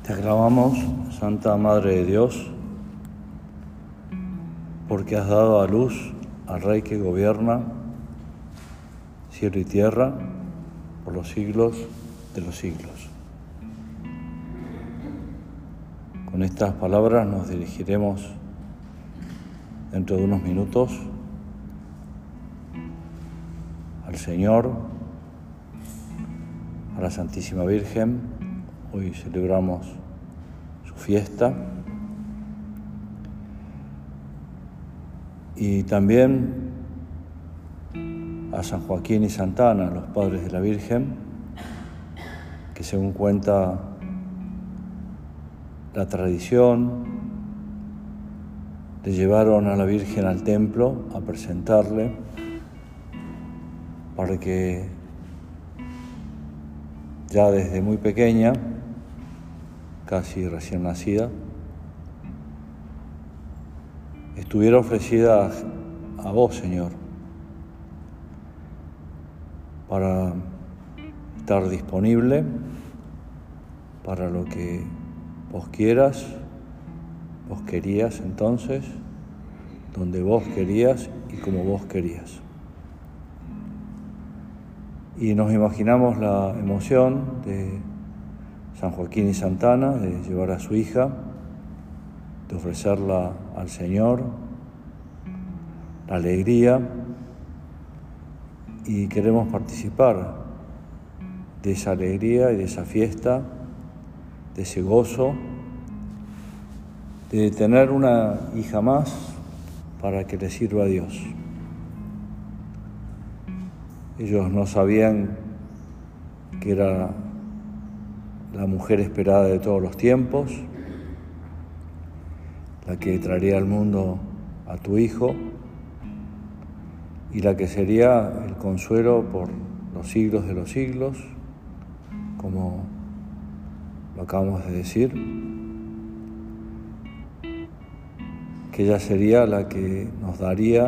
Te aclamamos, Santa Madre de Dios, porque has dado a luz al Rey que gobierna cielo y tierra por los siglos de los siglos. Con estas palabras nos dirigiremos dentro de unos minutos al Señor, a la Santísima Virgen. Hoy celebramos su fiesta y también a San Joaquín y Santa Ana, los padres de la Virgen, que según cuenta la tradición, le llevaron a la Virgen al templo a presentarle para que ya desde muy pequeña, casi recién nacida, estuviera ofrecida a vos, Señor, para estar disponible para lo que vos quieras, vos querías entonces, donde vos querías y como vos querías. Y nos imaginamos la emoción de San Joaquín y Santa Ana de llevar a su hija, de ofrecerla al Señor, la alegría, y queremos participar de esa alegría y de esa fiesta, de ese gozo, de tener una hija más para que le sirva a Dios. Ellos no sabían que era la mujer esperada de todos los tiempos, la que traería al mundo a tu hijo y la que sería el consuelo por los siglos de los siglos, como lo acabamos de decir, que ella sería la que nos daría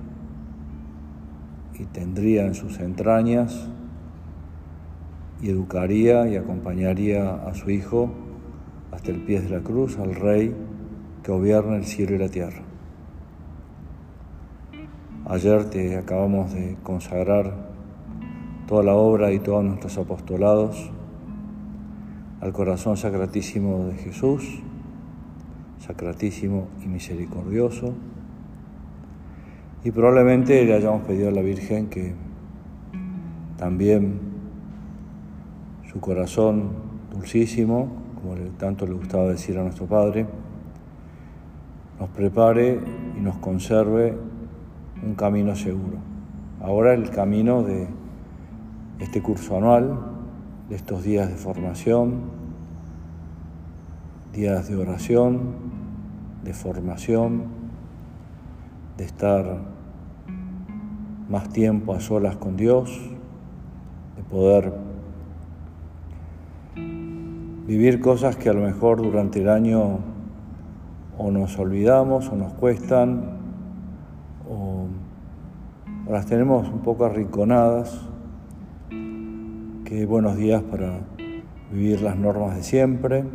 y tendría en sus entrañas y educaría y acompañaría a su hijo hasta el pie de la cruz, al Rey que gobierna el cielo y la tierra. Ayer te acabamos de consagrar toda la obra y todos nuestros apostolados al corazón sacratísimo de Jesús, sacratísimo y misericordioso, y probablemente le hayamos pedido a la Virgen que también su corazón dulcísimo, como tanto le gustaba decir a nuestro Padre, nos prepare y nos conserve un camino seguro. Ahora el camino de este curso anual, de estos días de formación, días de oración, de formación, de estar más tiempo a solas con Dios, de poder vivir cosas que a lo mejor durante el año o nos olvidamos o nos cuestan o las tenemos un poco arrinconadas. Qué buenos días para vivir las normas de siempre,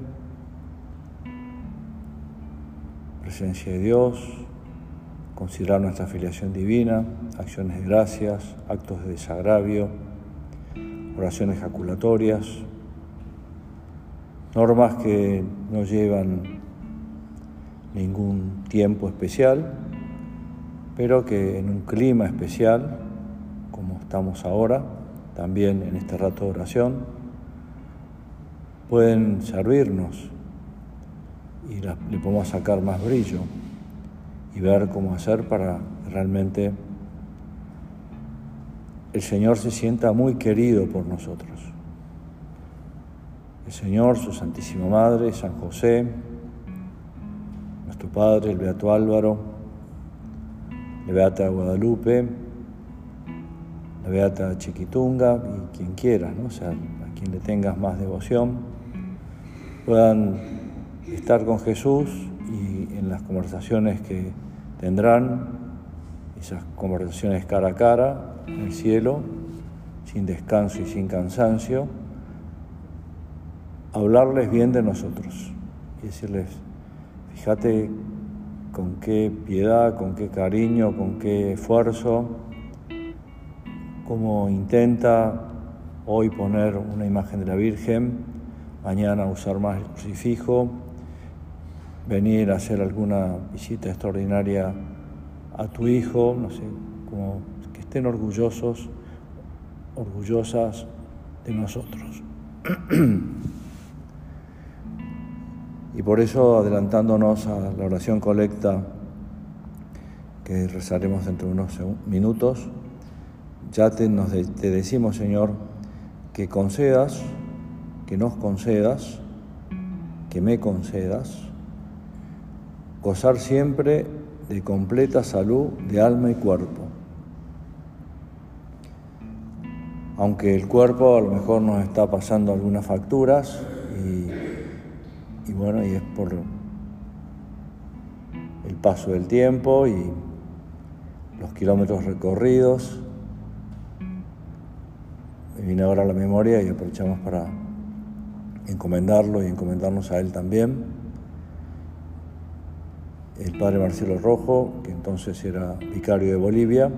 presencia de Dios, considerar nuestra filiación divina, acciones de gracias, actos de desagravio, oraciones ejaculatorias, normas que no llevan ningún tiempo especial, pero que en un clima especial, como estamos ahora, también en este rato de oración, pueden servirnos y le podemos sacar más brillo y ver cómo hacer para que realmente el Señor se sienta muy querido por nosotros. El Señor, su Santísima Madre, San José, nuestro Padre, el Beato Álvaro, la Beata Guadalupe, la Beata Chiquitunga y quien quiera, ¿no? O sea, a quien le tengas más devoción, puedan estar con Jesús y en las conversaciones que tendrán, esas conversaciones cara a cara, en el cielo, sin descanso y sin cansancio, hablarles bien de nosotros y decirles, fíjate con qué piedad, con qué cariño, con qué esfuerzo, cómo intenta hoy poner una imagen de la Virgen, mañana usar más el crucifijo, venir a hacer alguna visita extraordinaria a tu hijo, no sé, como que estén orgullosas de nosotros. Y por eso, adelantándonos a la oración colecta que rezaremos dentro de unos minutos, ya te decimos, Señor, que concedas, que nos concedas, que me concedas, gozar siempre de completa salud de alma y cuerpo. Aunque el cuerpo a lo mejor nos está pasando algunas facturas y bueno, y es por el paso del tiempo y los kilómetros recorridos. Me viene ahora a la memoria y aprovechamos para encomendarlo y encomendarnos a él también. El padre Marcelo Rojo, que entonces era vicario de Bolivia,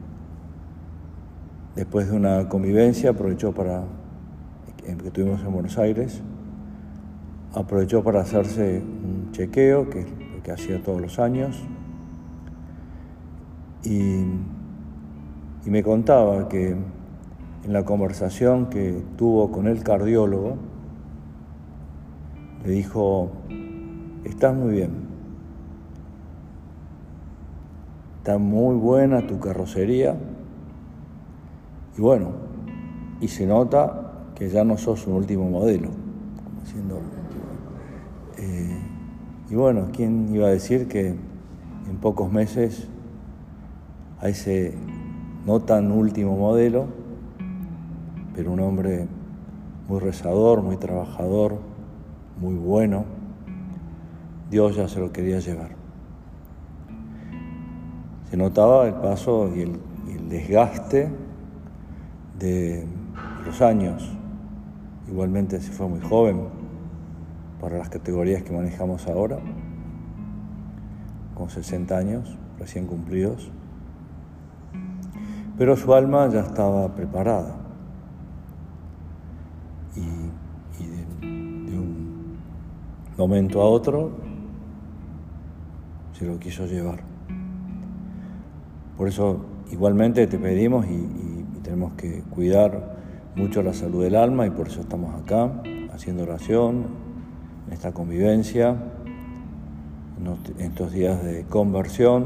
después de una convivencia que tuvimos en Buenos Aires, aprovechó para hacerse un chequeo, que es lo que hacía todos los años, y me contaba que en la conversación que tuvo con el cardiólogo, le dijo, estás muy bien, está muy buena tu carrocería, y bueno, y se nota que ya no sos un último modelo, como diciendo, y bueno, ¿quién iba a decir que en pocos meses a ese no tan último modelo, pero un hombre muy rezador, muy trabajador, muy bueno, Dios ya se lo quería llevar? Se notaba el paso y el desgaste de los años. Igualmente se fue muy joven para las categorías que manejamos ahora, con 60 años recién cumplidos, pero su alma ya estaba preparada y de un momento a otro se lo quiso llevar. Por eso igualmente te pedimos y tenemos que cuidar mucho la salud del alma, y por eso estamos acá haciendo oración, en esta convivencia, en estos días de conversión,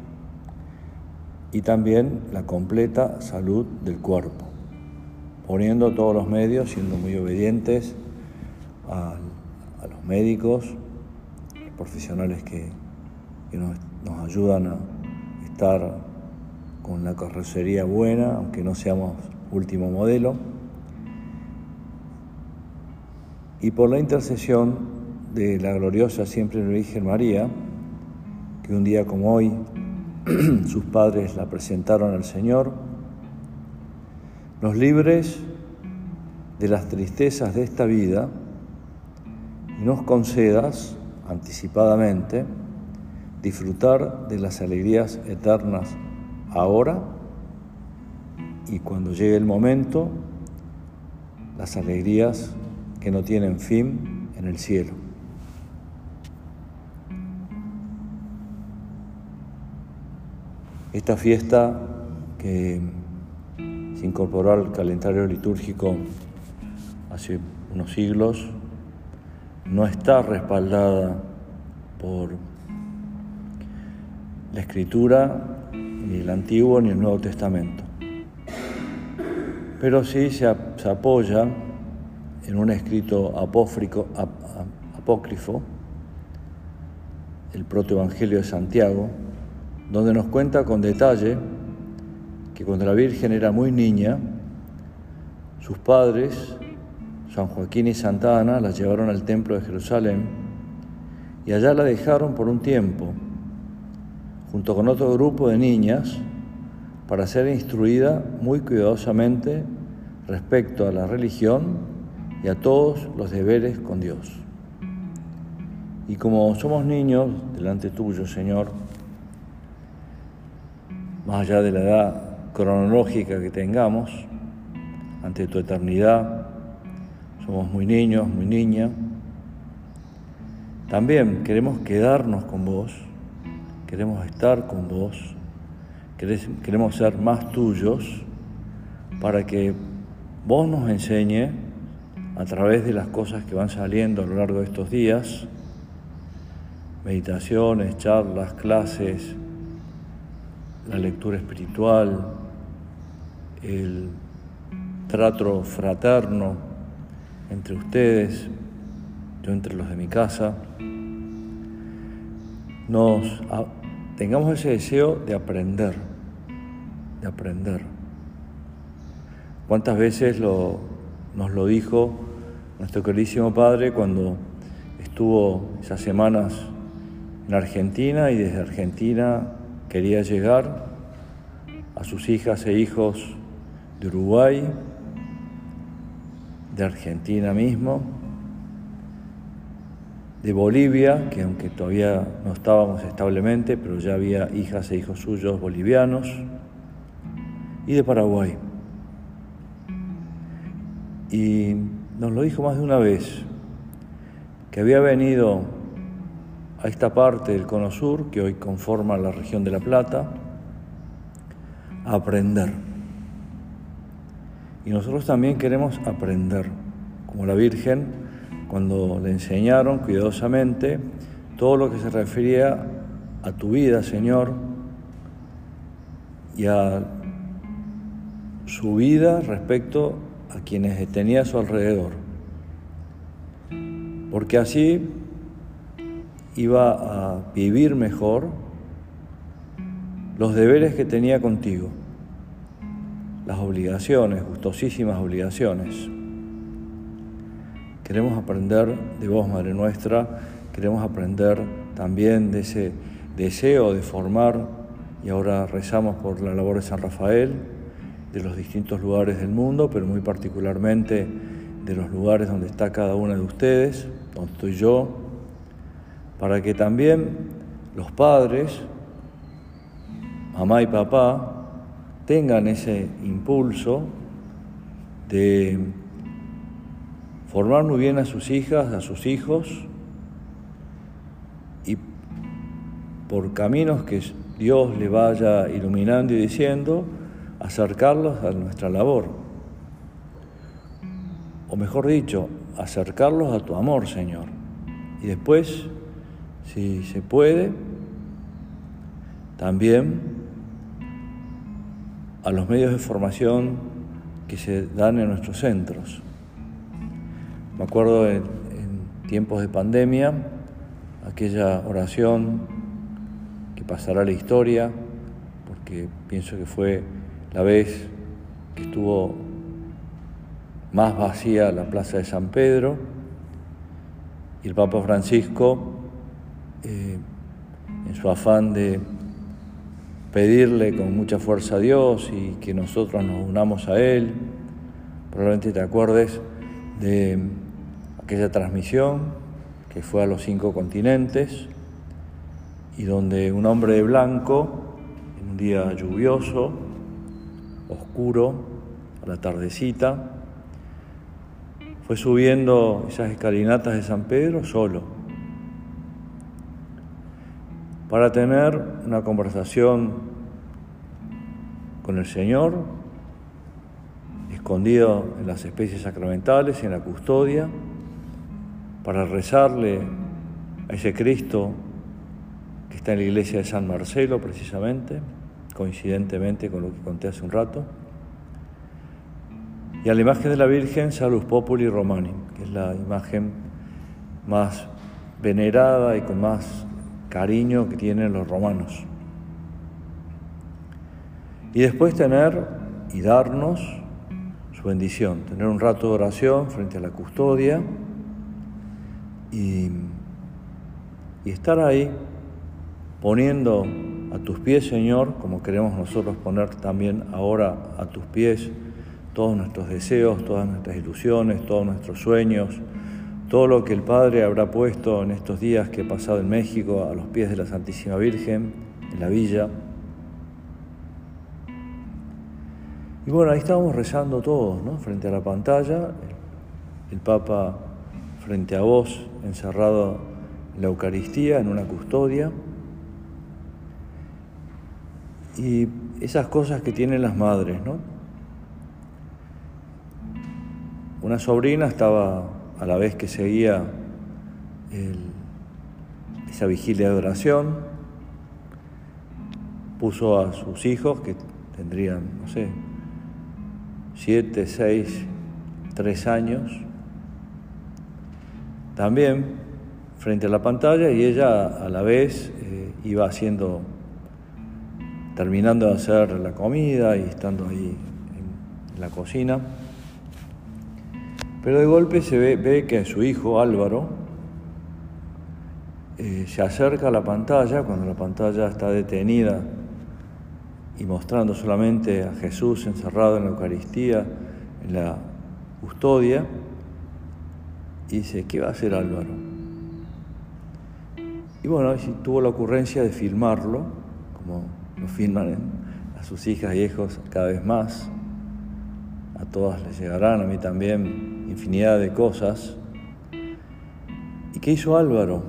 y también la completa salud del cuerpo, poniendo todos los medios, siendo muy obedientes a los médicos, los profesionales que nos ayudan a estar con la carrocería buena, aunque no seamos último modelo, y por la intercesión de la gloriosa siempre Virgen María, que un día como hoy sus padres la presentaron al Señor, nos libres de las tristezas de esta vida y nos concedas anticipadamente disfrutar de las alegrías eternas ahora, y cuando llegue el momento, las alegrías que no tienen fin en el cielo. Esta fiesta que se incorporó al calendario litúrgico hace unos siglos no está respaldada por la Escritura, ni el Antiguo ni el Nuevo Testamento, pero sí se apoya en un escrito apócrifo, el protoevangelio de Santiago, donde nos cuenta con detalle que cuando la Virgen era muy niña, sus padres, San Joaquín y Santa Ana, la llevaron al templo de Jerusalén y allá la dejaron por un tiempo, junto con otro grupo de niñas, para ser instruida muy cuidadosamente respecto a la religión y a todos los deberes con Dios. Y como somos niños delante tuyo, Señor, más allá de la edad cronológica que tengamos, ante tu eternidad, somos muy niños, muy niñas, también queremos quedarnos con vos, queremos estar con vos, queremos ser más tuyos para que vos nos enseñes a través de las cosas que van saliendo a lo largo de estos días, meditaciones, charlas, clases, la lectura espiritual, el trato fraterno entre ustedes, yo entre los de mi casa, tengamos ese deseo de aprender. ¿Cuántas veces nos lo dijo nuestro queridísimo Padre cuando estuvo esas semanas en Argentina y desde Argentina quería llegar a sus hijas e hijos de Uruguay, de Argentina mismo, de Bolivia, que aunque todavía no estábamos establemente, pero ya había hijas e hijos suyos bolivianos, y de Paraguay. Y nos lo dijo más de una vez, que había venido a esta parte del Cono Sur, que hoy conforma la región de La Plata, a aprender. Y nosotros también queremos aprender, como la Virgen, cuando le enseñaron cuidadosamente todo lo que se refería a tu vida, Señor, y a su vida respecto a quienes tenía a su alrededor. Porque así iba a vivir mejor los deberes que tenía contigo, las obligaciones, gustosísimas obligaciones. Queremos aprender de vos, Madre nuestra, queremos aprender también de ese deseo de formar, y ahora rezamos por la labor de San Rafael, de los distintos lugares del mundo, pero muy particularmente de los lugares donde está cada una de ustedes, donde estoy yo, para que también los padres, mamá y papá, tengan ese impulso de formar muy bien a sus hijas, a sus hijos, y por caminos que Dios le vaya iluminando y diciendo, acercarlos a nuestra labor. O mejor dicho, acercarlos a tu amor, Señor. Y después, si se puede, también a los medios de formación que se dan en nuestros centros. Me acuerdo en tiempos de pandemia, aquella oración que pasará a la historia, porque pienso que fue la vez que estuvo más vacía la plaza de San Pedro, y el Papa Francisco, en su afán de pedirle con mucha fuerza a Dios y que nosotros nos unamos a Él, probablemente te acuerdes de aquella transmisión que fue a los 5 continentes y donde un hombre de blanco, en un día lluvioso, oscuro, a la tardecita, fue subiendo esas escalinatas de San Pedro solo, para tener una conversación con el Señor, escondido en las especies sacramentales y en la custodia, para rezarle a ese Cristo que está en la iglesia de San Marcelo, precisamente, coincidentemente con lo que conté hace un rato, y a la imagen de la Virgen Salus Populi Romani, que es la imagen más venerada y con más cariño que tienen los romanos. Y después tener y darnos su bendición, tener un rato de oración frente a la custodia y estar ahí poniendo a tus pies, Señor, como queremos nosotros poner también ahora a tus pies todos nuestros deseos, todas nuestras ilusiones, todos nuestros sueños, todo lo que el Padre habrá puesto en estos días que he pasado en México a los pies de la Santísima Virgen, en la villa. Y bueno, ahí estábamos rezando todos, ¿no? Frente a la pantalla, el Papa frente a vos, encerrado en la Eucaristía, en una custodia. Y esas cosas que tienen las madres, ¿no? Una sobrina estaba, a la vez que seguía esa vigilia de oración, puso a sus hijos, que tendrían, 7, 6, 3 años, también frente a la pantalla, y ella a la vez iba terminando de hacer la comida y estando ahí en la cocina. Pero de golpe se ve que su hijo Álvaro se acerca a la pantalla, cuando la pantalla está detenida y mostrando solamente a Jesús encerrado en la Eucaristía, en la custodia, y dice: ¿qué va a hacer Álvaro? Y bueno, tuvo la ocurrencia de filmarlo, como lo filman a sus hijas y hijos cada vez más. A todas les llegarán, a mí también, infinidad de cosas. ¿Y qué hizo Álvaro?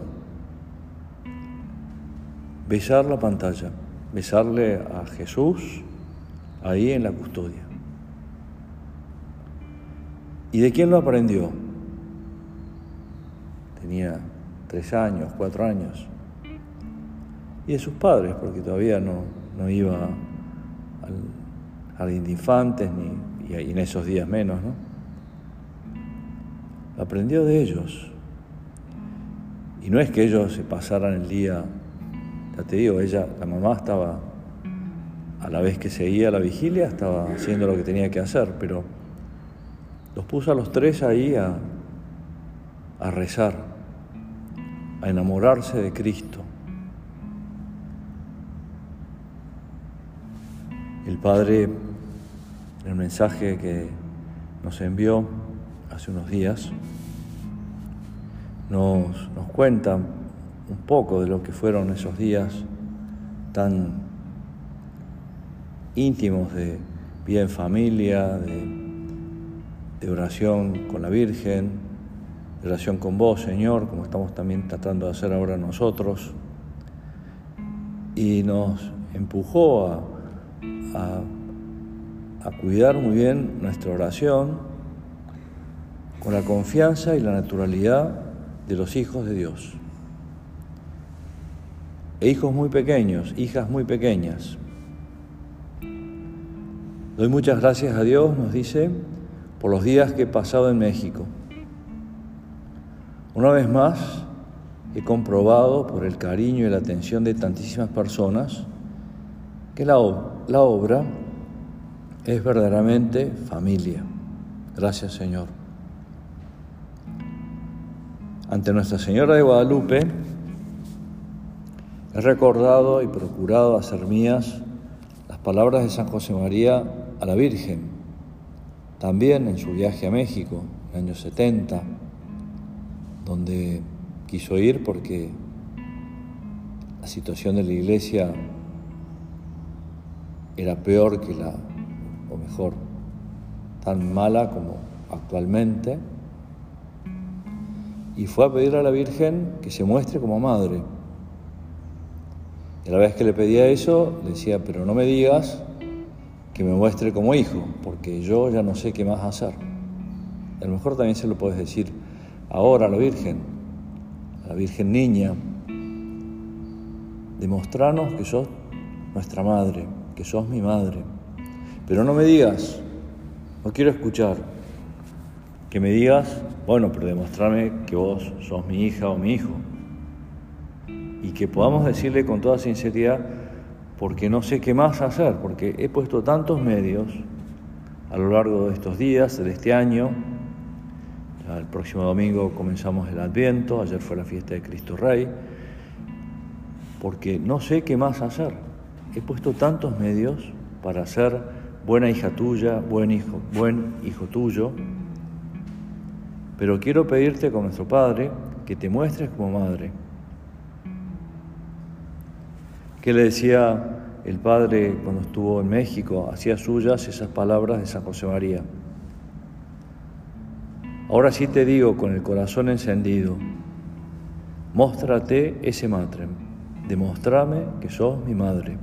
Besar la pantalla, besarle a Jesús ahí en la custodia. ¿Y de quién lo aprendió? Tenía 3 años, 4 años. Y de sus padres, porque todavía no iba al jardín de infantes, y en esos días menos, ¿no? Lo aprendió de ellos. Y no es que ellos se pasaran el día, ya te digo, la mamá estaba, a la vez que seguía la vigilia, estaba haciendo lo que tenía que hacer, pero los puso a los 3 ahí a rezar, a enamorarse de Cristo. El Padre, en el mensaje que nos envió hace unos días, nos cuenta un poco de lo que fueron esos días tan íntimos de vida en familia, de oración con la Virgen, de oración con vos, Señor, como estamos también tratando de hacer ahora nosotros, y nos empujó a cuidar muy bien nuestra oración con la confianza y la naturalidad de los hijos de Dios. E hijos muy pequeños, hijas muy pequeñas. Doy muchas gracias a Dios, nos dice, por los días que he pasado en México. Una vez más, he comprobado por el cariño y la atención de tantísimas personas que la obra es verdaderamente familia. Gracias, Señor. Ante Nuestra Señora de Guadalupe, he recordado y procurado hacer mías las palabras de San José María a la Virgen, también en su viaje a México, en el año 70, donde quiso ir porque la situación de la Iglesia era peor que o mejor, tan mala como actualmente, y fue a pedir a la Virgen que se muestre como madre. Y a la vez que le pedía eso, le decía: pero no me digas que me muestre como hijo, porque yo ya no sé qué más hacer. A lo mejor también se lo puedes decir ahora a la Virgen niña: demostranos que sos nuestra madre, que sos mi madre. Pero no me digas, no quiero escuchar, que me digas: bueno, pero demostrame que vos sos mi hija o mi hijo. Y que podamos decirle con toda sinceridad: porque no sé qué más hacer, porque he puesto tantos medios a lo largo de estos días, de este año. El próximo domingo comenzamos el Adviento, ayer fue la fiesta de Cristo Rey, porque no sé qué más hacer. He puesto tantos medios para ser buena hija tuya, buen hijo tuyo, pero quiero pedirte con nuestro Padre que te muestres como madre. ¿Qué le decía el Padre cuando estuvo en México? Hacía suyas esas palabras de San José María. Ahora sí te digo con el corazón encendido, móstrate ese matrem, demostrame que sos mi madre.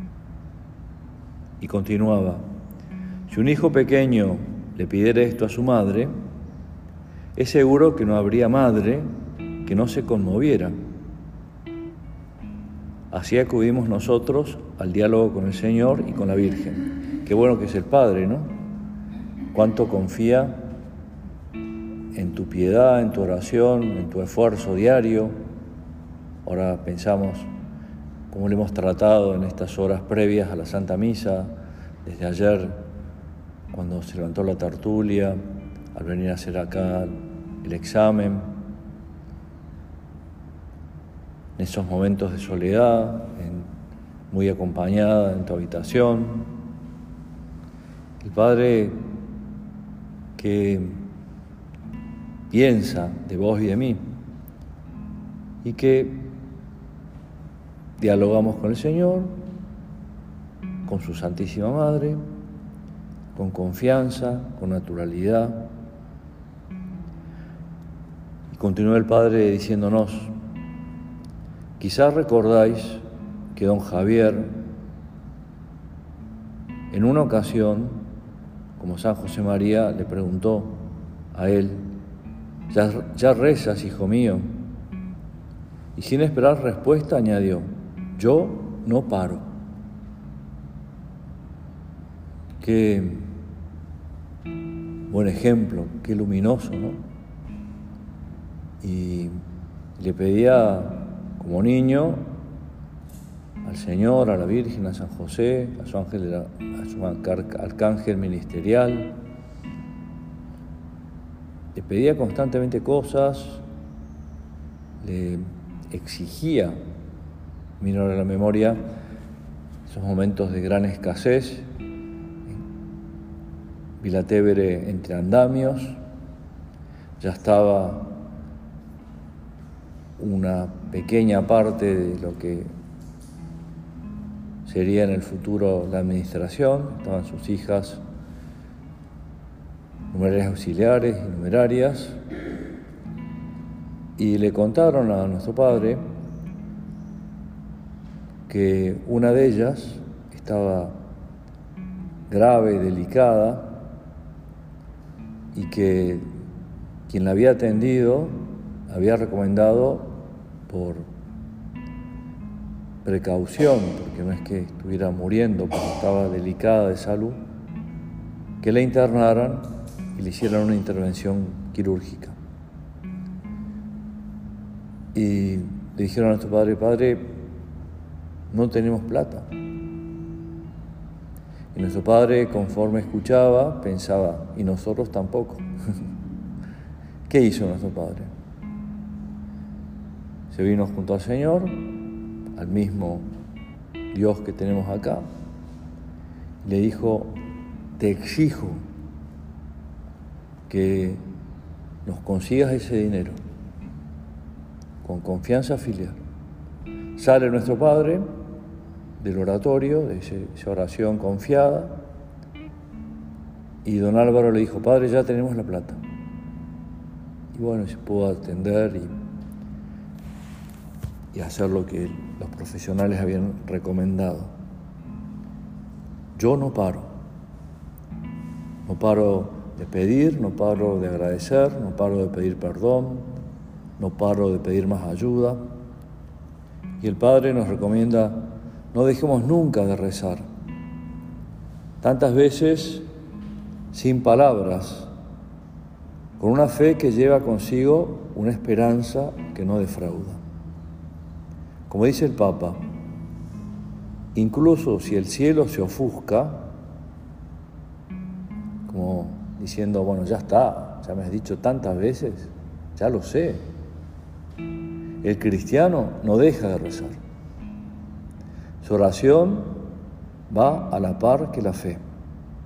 Y continuaba, si un hijo pequeño le pidiera esto a su madre, es seguro que no habría madre que no se conmoviera. Así acudimos nosotros al diálogo con el Señor y con la Virgen. Qué bueno que es el Padre, ¿no? Cuánto confía en tu piedad, en tu oración, en tu esfuerzo diario. Ahora pensamos cómo le hemos tratado en estas horas previas a la Santa Misa, desde ayer, cuando se levantó la tertulia, al venir a hacer acá el examen, en esos momentos de soledad, muy acompañada en tu habitación. El Padre que piensa de vos y de mí y que dialogamos con el Señor, con su Santísima Madre, con confianza, con naturalidad. Y continúa el Padre diciéndonos, quizás recordáis que don Javier, en una ocasión, como San José María le preguntó a él, ¿ya rezas, hijo mío? Y sin esperar respuesta añadió, yo no paro. Qué buen ejemplo, qué luminoso, ¿no? Y le pedía como niño al Señor, a la Virgen, a San José, a su arcángel ministerial. Le pedía constantemente cosas, le exigía, mira a la memoria, esos momentos de gran escasez, Vilatevere entre andamios, ya estaba una pequeña parte de lo que sería en el futuro la administración, estaban sus hijas numerarias auxiliares y numerarias, y le contaron a nuestro Padre que una de ellas estaba grave, delicada, y que quien la había atendido había recomendado por precaución, porque no es que estuviera muriendo, porque estaba delicada de salud, que la internaran y le hicieran una intervención quirúrgica. Y le dijeron a nuestro Padre, Padre, no tenemos plata. Y nuestro Padre, conforme escuchaba, pensaba, y nosotros tampoco. ¿Qué hizo nuestro Padre? Se vino junto al Señor, al mismo Dios que tenemos acá, y le dijo, te exijo que nos consigas ese dinero, con confianza filial. Sale nuestro Padre del oratorio, de esa oración confiada, y don Álvaro le dijo, Padre, ya tenemos la plata. Y bueno, se pudo atender y hacer lo que los profesionales habían recomendado. Yo no paro de pedir, no paro de agradecer, no paro de pedir perdón, no paro de pedir más ayuda. Y el Padre nos recomienda, no dejemos nunca de rezar. Tantas veces sin palabras, con una fe que lleva consigo una esperanza que no defrauda. Como dice el Papa, incluso si el cielo se ofusca, como diciendo, bueno, ya está, ya me has dicho tantas veces, ya lo sé. El cristiano no deja de rezar. Su oración va a la par que la fe.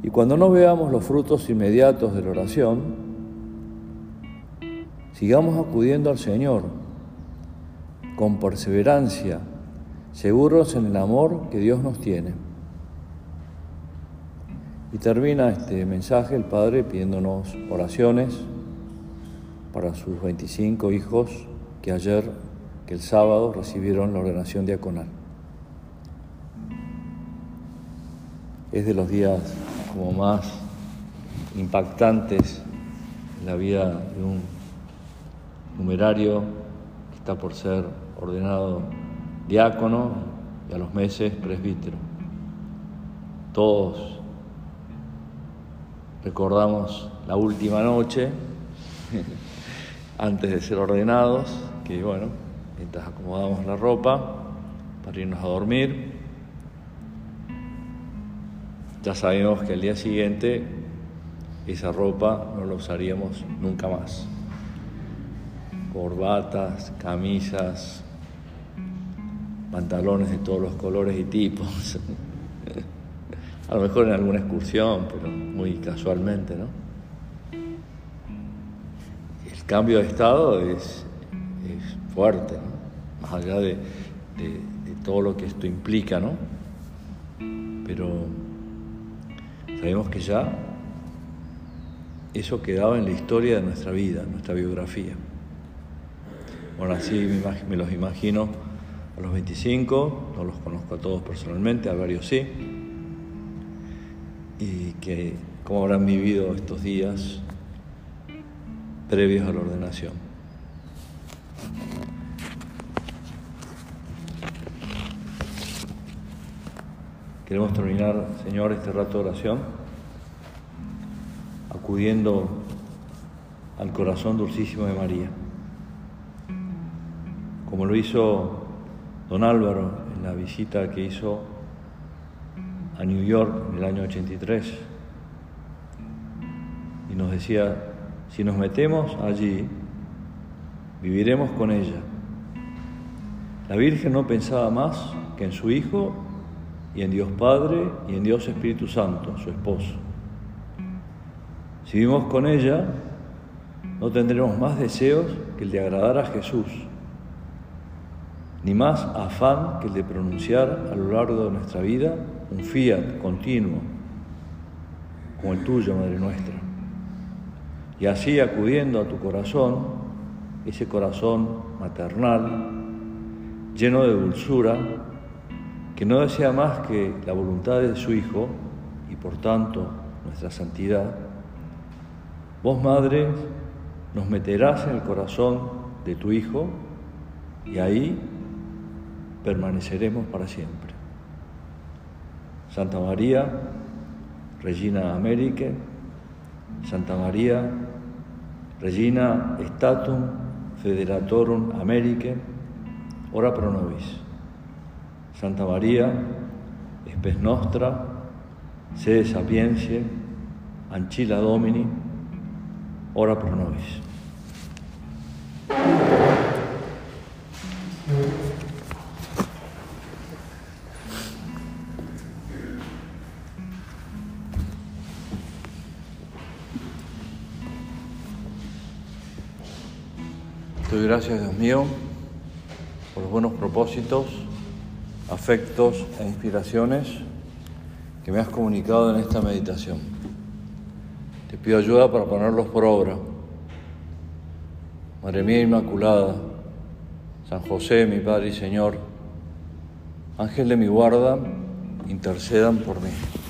Y cuando no veamos los frutos inmediatos de la oración, sigamos acudiendo al Señor con perseverancia, seguros en el amor que Dios nos tiene. Y termina este mensaje el Padre pidiéndonos oraciones para sus 25 hijos que el sábado recibieron la ordenación diaconal. Es de los días como más impactantes en la vida de un numerario que está por ser ordenado diácono y a los meses presbítero. Todos recordamos la última noche antes de ser ordenados, que bueno, mientras acomodamos la ropa para irnos a dormir, ya sabemos que al día siguiente esa ropa no la usaríamos nunca más. Corbatas, camisas, pantalones de todos los colores y tipos. A lo mejor en alguna excursión, pero muy casualmente, ¿no? El cambio de estado es fuerte, ¿no? Más allá de todo lo que esto implica, ¿no? Pero sabemos que ya eso quedaba en la historia de nuestra vida, en nuestra biografía. Bueno, así me los imagino a los 25, no los conozco a todos personalmente, a varios sí, y que cómo habrán vivido estos días previos a la ordenación. Queremos terminar, Señor, este rato de oración acudiendo al corazón dulcísimo de María, como lo hizo don Álvaro en la visita que hizo a New York en el año 83, y nos decía: si nos metemos allí, viviremos con ella. La Virgen no pensaba más que en su Hijo y en Dios Padre y en Dios Espíritu Santo, su esposo. Si vivimos con ella, no tendremos más deseos que el de agradar a Jesús, ni más afán que el de pronunciar a lo largo de nuestra vida un fiat continuo, como el tuyo, Madre nuestra. Y así, acudiendo a tu corazón, ese corazón maternal, lleno de dulzura, que no desea más que la voluntad de su Hijo y por tanto nuestra santidad, vos, Madre, nos meterás en el corazón de tu Hijo y ahí permaneceremos para siempre. Santa María, Regina Americae, Santa María, Regina Statum Federatorum Americae, ora pro nobis. Santa María, Spes Nostra, Sede Sapientiae, Ancilla Domini, ora pro nobis. Te doy gracias, Dios mío, por los buenos propósitos, afectos e inspiraciones que me has comunicado en esta meditación. Te pido ayuda para ponerlos por obra. Madre mía Inmaculada, San José, mi Padre y Señor, Ángel de mi guarda, intercedan por mí.